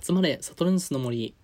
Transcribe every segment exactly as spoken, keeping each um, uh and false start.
集まれサトルンスの森。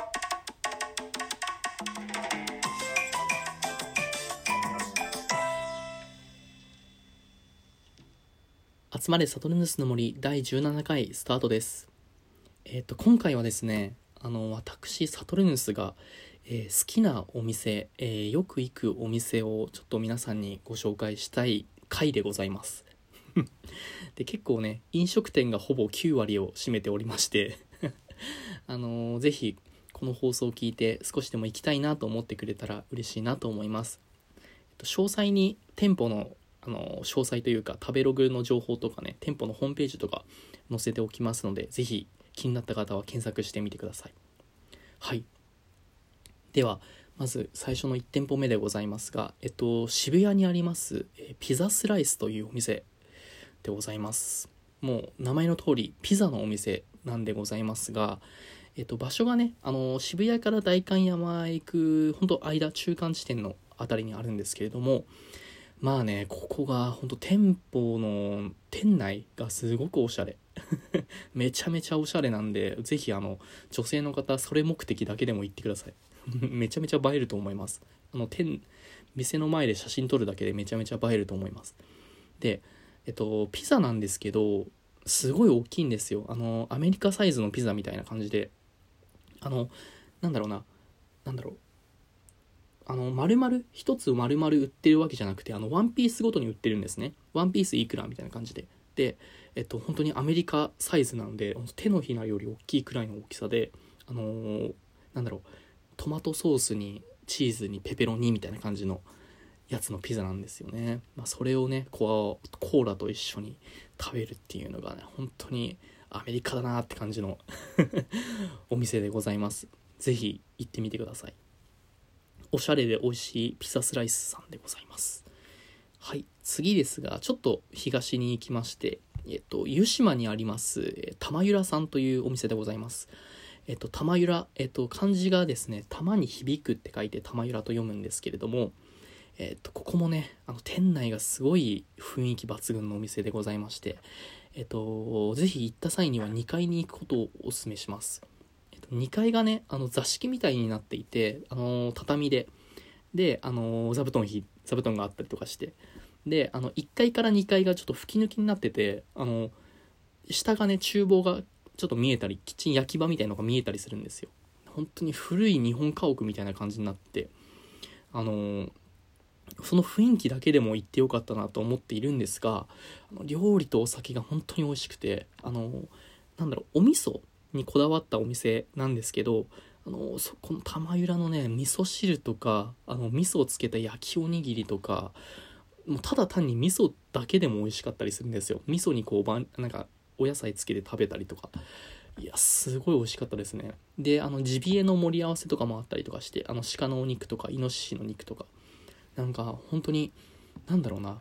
集まれサトルンスの森だいじゅうななかいスタートです。えっと今回はですね、あの私サトルヌスが、えー好きなお店、えーよく行くお店をちょっと皆さんにご紹介したい回でございますで結構ね、飲食店がほぼきゅうわりを占めておりましてあのーぜひこの放送を聞いて少しでも行きたいなと思ってくれたら嬉しいなと思います。えっと、詳細に店舗のあの詳細というか食べログの情報とかね、店舗のホームページとか載せておきますので、ぜひ気になった方は検索してみてください。はい、ではまず最初のいち店舗目でございますが、えっと、渋谷にあります、えーピザスライスというお店でございます。もう名前の通りピザのお店なんでございますが、えっと、場所がね、あの渋谷から代官山へ行く本当間中間地点のあたりにあるんですけれども、まあね、ここが本当店舗の店内がすごくおしゃれめちゃめちゃおしゃれなんで、ぜひあの女性の方それ目的だけでも行ってくださいめちゃめちゃ映えると思います。あの店店の前で写真撮るだけでめちゃめちゃ映えると思います。で、えっとピザなんですけど、すごい大きいんですよ。あのアメリカサイズのピザみたいな感じで、あのなんだろうななんだろうあの丸々一つ丸々売ってるわけじゃなくて、あのワンピースごとに売ってるんですね。ワンピースいくらみたいな感じで、でえっと本当にアメリカサイズなので、手のひらより大きいくらいの大きさで、あのーなんだろうトマトソースにチーズにペペロニみたいな感じのやつのピザなんですよね。まあ、それをねこうコーラと一緒に食べるっていうのがね、本当にアメリカだなって感じのお店でございます。ぜひ行ってみてください。おしゃれで美味しいピザスライスさんでございます。はい、次ですが、ちょっと東に行きまして、えっと湯島にあります玉ゆらさんというお店でございます。えっと玉ゆら、えっと漢字がですね、玉に響くって書いて玉ゆらと読むんですけれども、えっとここもね、あの店内がすごい雰囲気抜群のお店でございまして、えっとぜひ行った際にはにかいに行くことをお勧めします。にかいがね、あの座敷みたいになっていて、あの畳でで、あの座布団ひ座布団があったりとかして、であのいっかいからにかいがちょっと吹き抜きになってて、あの下がね厨房がちょっと見えたり、キッチン焼き場みたいなのが見えたりするんですよ。本当に古い日本家屋みたいな感じになって、あのその雰囲気だけでも行ってよかったなと思っているんですが、あの料理とお酒が本当に美味しくて、あのなんだろうお味噌にこだわったお店なんですけど、あのそこの玉ゆらのね味噌汁とか、あの味噌をつけた焼きおにぎりとか、もうただ単に味噌だけでも美味しかったりするんですよ。味噌にこうばんなんかお野菜つけて食べたりとか、いやすごい美味しかったですね。であのジビエの盛り合わせとかもあったりとかして、あの鹿のお肉とかイノシシの肉とか、なんか本当になんだろうな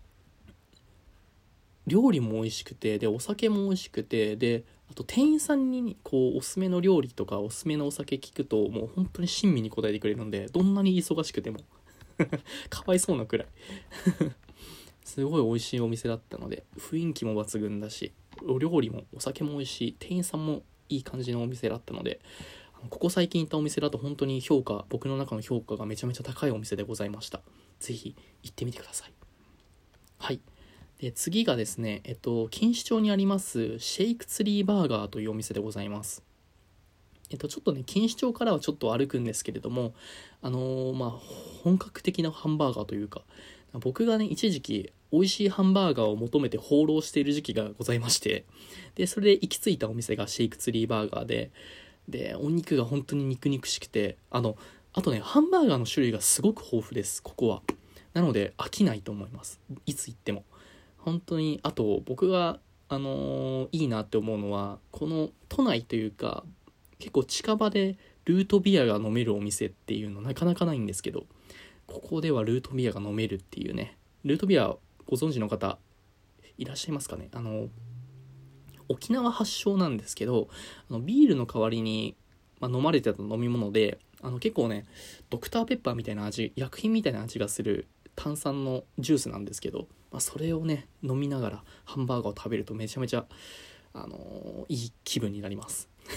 料理も美味しくて、でお酒も美味しくて、であと店員さんにこうおすすめの料理とかおすすめのお酒聞くと、もう本当に親身に答えてくれるので、どんなに忙しくてもかわいそうなくらいすごい美味しいお店だったので、雰囲気も抜群だし、お料理もお酒も美味しい、店員さんもいい感じのお店だったので、ここ最近行ったお店だと本当に評価僕の中の評価がめちゃめちゃ高いお店でございました。ぜひ行ってみてください。はい、で次がですね、えっと錦糸町にありますシェイクツリーバーガーというお店でございます。えっとちょっとね錦糸町からはちょっと歩くんですけれども、あのー、まあ本格的なハンバーガーというか、僕がね一時期美味しいハンバーガーを求めて放浪している時期がございまして、でそれで行き着いたお店がシェイクツリーバーガーで、でお肉が本当に肉々しくて、あのあとねハンバーガーの種類がすごく豊富です、ここは。なので飽きないと思います、いつ行っても本当に。あと僕があのー、いいなって思うのは、この都内というか結構近場でルートビアが飲めるお店っていうのなかなかないんですけど、ここではルートビアが飲めるっていうね。ルートビアご存知の方いらっしゃいますかね。あの沖縄発祥なんですけど、あのビールの代わりに、まあ、飲まれてた飲み物で、あの結構ねドクターペッパーみたいな味、薬品みたいな味がする炭酸のジュースなんですけど、まあ、それをね飲みながらハンバーガーを食べるとめちゃめちゃ、あのー、いい気分になります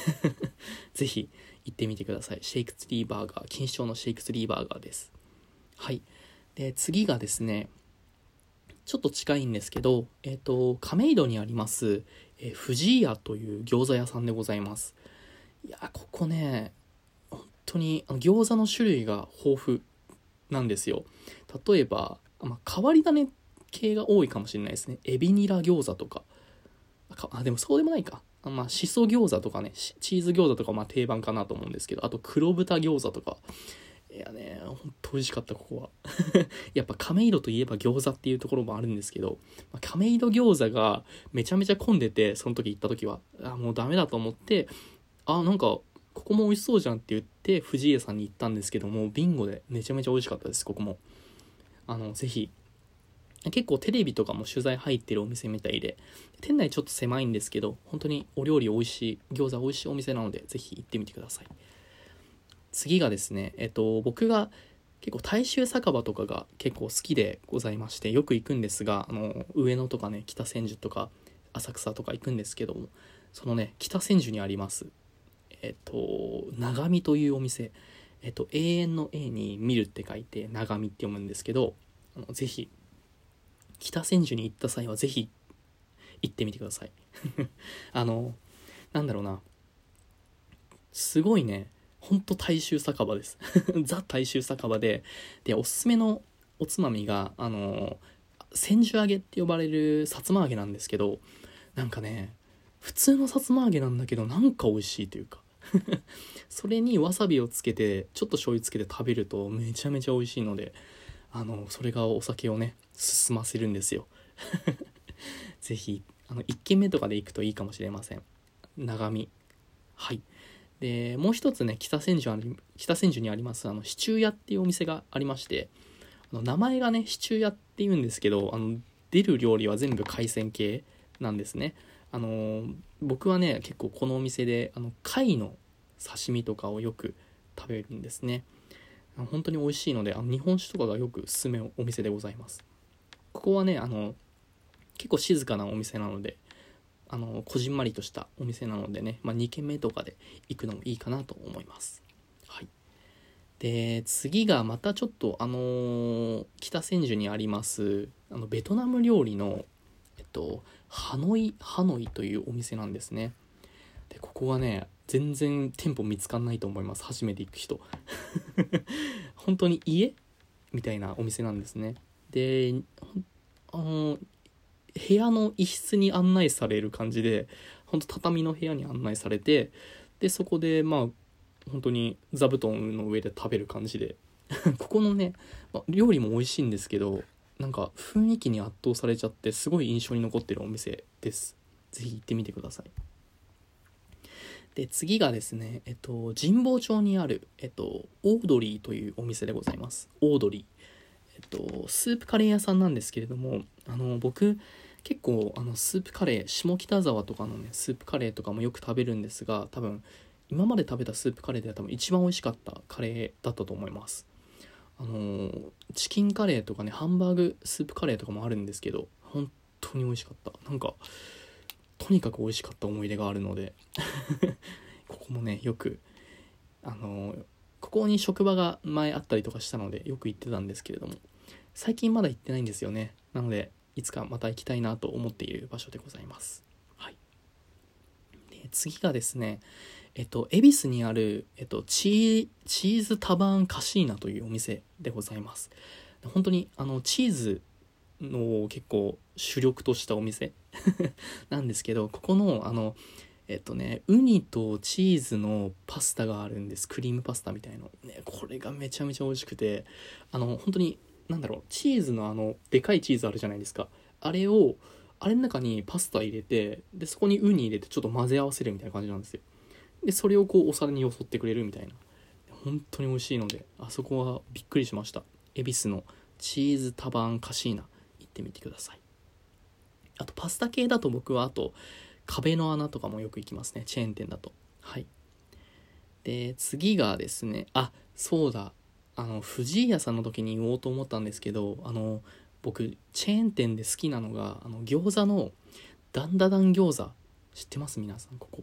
ぜひ行ってみてください。シェイクツリーバーガー、錦糸町のシェイクツリーバーガーです。はい。で、次がですね、ちょっと近いんですけど、えっと、亀戸にあります、えー、藤井屋という餃子屋さんでございます。いや、ここね、本当にあの餃子の種類が豊富なんですよ。例えば、まあ、変わり種系が多いかもしれないですね。エビニラ餃子とか。あ、でもそうでもないか。まあ、しそ餃子とかね、チーズ餃子とかまあ定番かなと思うんですけど、あと黒豚餃子とか。いやね、ほんと美味しかった、ここは。やっぱ亀戸といえば餃子っていうところもあるんですけど、まあ、亀戸餃子がめちゃめちゃ混んでて、その時行った時は、あ、もうダメだと思って、あ、なんか、ここも美味しそうじゃんって言って、藤井屋さんに行ったんですけども、ビンゴでめちゃめちゃ美味しかったです、ここも。あの、ぜひ、結構テレビとかも取材入ってるお店みたいで、店内ちょっと狭いんですけど、本当にお料理美味しい、餃子美味しいお店なので、ぜひ行ってみてください。次がですね、えっと、僕が結構大衆酒場とかが結構好きでございまして、よく行くんですが、あの、上野とかね、北千住とか、浅草とか行くんですけども、そのね、北千住にあります、えっと、長見というお店、えっと、永遠の A に見るって書いて、長見って読むんですけど、あのぜひ、北千住に行った際はぜひ行ってみてください。あの、なんだろうな、すごいね、ほんと大衆酒場です。ザ大衆酒場で、で、おすすめのおつまみが、あの、千住揚げって呼ばれるさつま揚げなんですけど、なんかね、普通のさつま揚げなんだけど、なんか美味しいというか、それにわさびをつけて、ちょっと醤油つけて食べるとめちゃめちゃ美味しいので、あの、それがお酒をね、進ませるんですよ。ぜひ、あの、いっけんめとかで行くといいかもしれません。長見。はい。で、もう一つね、北千住あり、北千住にあります、あの、シチュー屋っていうお店がありまして、あの名前がね、シチュー屋って言うんですけど、あの、出る料理は全部海鮮系なんですね。あの、僕はね、結構このお店で、あの、貝の刺身とかをよく食べるんですね。本当に美味しいので、あの日本酒とかがよく勧めお店でございます。ここはね、あの、結構静かなお店なので、あのこじんまりとしたお店なのでね、まあ、にけんめとかで行くのもいいかなと思います。はい。で、次がまたちょっとあのー、北千住にありますあのベトナム料理のえっとハノイハノイというお店なんですね。で、ここはね、全然店舗見つかんないと思います、初めて行く人。本当に家みたいなお店なんですね。で、あの部屋の一室に案内される感じで、本当畳の部屋に案内されて、でそこでまあ本当に座布団の上で食べる感じでここのね、まあ、料理も美味しいんですけど、なんか雰囲気に圧倒されちゃってすごい印象に残ってるお店です。ぜひ行ってみてください。で、次がですね、えっと神保町にある、えっとオードリーというお店でございます。オードリー、えっとスープカレー屋さんなんですけれども、あの僕結構あのスープカレー、下北沢とかのねスープカレーとかもよく食べるんですが、多分今まで食べたスープカレーでは多分一番美味しかったカレーだったと思います。あのー、チキンカレーとかね、ハンバーグスープカレーとかもあるんですけど、本当に美味しかった。なんかとにかく美味しかった思い出があるのでここもね、よくあのー、ここに職場が前あったりとかしたのでよく行ってたんですけれども、最近まだ行ってないんですよね。なのでいつかまた行きたいなと思っている場所でございます。はい。で、次がですね、えっと、恵比寿にある、えっと、チー、チーズタバーンカシーナというお店でございます。本当に、あの、チーズの結構主力としたお店なんですけど、ここの、あの、えっとね、ウニとチーズのパスタがあるんです。クリームパスタみたいな。ね、これがめちゃめちゃ美味しくて、あの、本当に、なんだろう、チーズのあの、でかいチーズあるじゃないですか。あれを、あれの中にパスタ入れて、で、そこにウニ入れてちょっと混ぜ合わせるみたいな感じなんですよ。でそれをこうお皿によそってくれるみたいな、本当に美味しいので、あそこはびっくりしました。恵比寿のチーズタバーンカシーナ行ってみてください。あとパスタ系だと僕はあと壁の穴とかもよく行きますね、チェーン店だと。はい。で、次がですね、あ、そうだ、あの藤井屋さんの時に言おうと思ったんですけど、あの僕チェーン店で好きなのが、あの餃子のダンダダン餃子、知ってます皆さん？ここ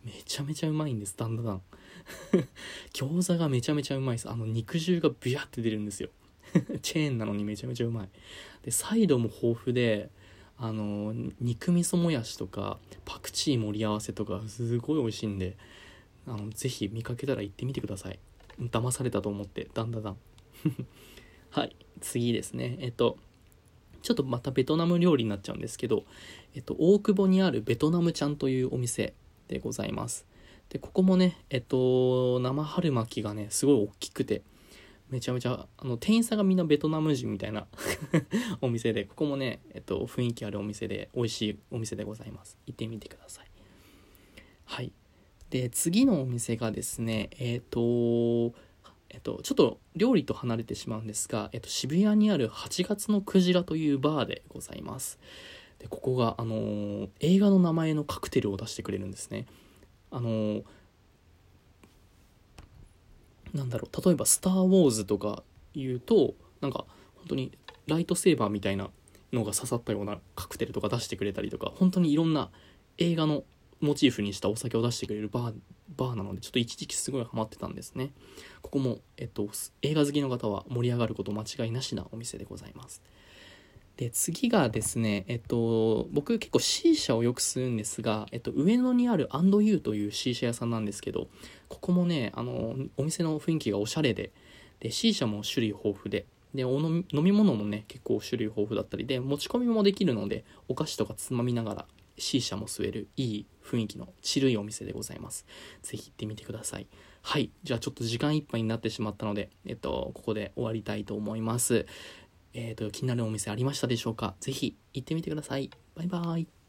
めちゃめちゃうまいんです。だんだん餃子がめちゃめちゃうまいです。あの肉汁がビャって出るんですよチェーンなのにめちゃめちゃうまいで、サイドも豊富で、あの肉味噌もやしとかパクチー盛り合わせとかすごい美味しいんで、あのぜひ見かけたら行ってみてください。騙されたと思って、だんだんだんはい、次ですね。えっとちょっとまたベトナム料理になっちゃうんですけど、えっと大久保にあるベトナムちゃんというお店でございます。でここもね、えっと生春巻きがねすごい大きくて、めちゃめちゃあの店員さんがみんなベトナム人みたいなお店で、ここもね、えっと、雰囲気あるお店で美味しいお店でございます。行ってみてください。はい。で次のお店がですね、えっとえっとちょっと料理と離れてしまうんですが、えっと、渋谷にあるはちがつのクジラというバーでございます。でここが、あのー映画の名前のカクテルを出してくれるんですね。あのーなんだろう、例えばスター・ウォーズとか言うと、なんか本当にライトセーバーみたいなのが刺さったようなカクテルとか出してくれたりとか、本当にいろんな映画のモチーフにしたお酒を出してくれるバーバーなので、ちょっと一時期すごいハマってたんですね。ここも、えっと、映画好きの方は盛り上がること間違いなしなお店でございます。で次がですね、えっと、僕結構 C 社をよく吸うんですが、えっと、上野にある アンドユー という C 社屋さんなんですけど、ここもね、あのお店の雰囲気がおしゃれで、で C 社も種類豊富で、でお飲み飲み物もね結構種類豊富だったりで、持ち込みもできるので、お菓子とかつまみながら C 社も吸えるいい雰囲気のチルいお店でございます。ぜひ行ってみてください。はい、じゃあちょっと時間いっぱいになってしまったので、えっと、ここで終わりたいと思います。えーと、気になるお店ありましたでしょうか。ぜひ行ってみてください。バイバイ。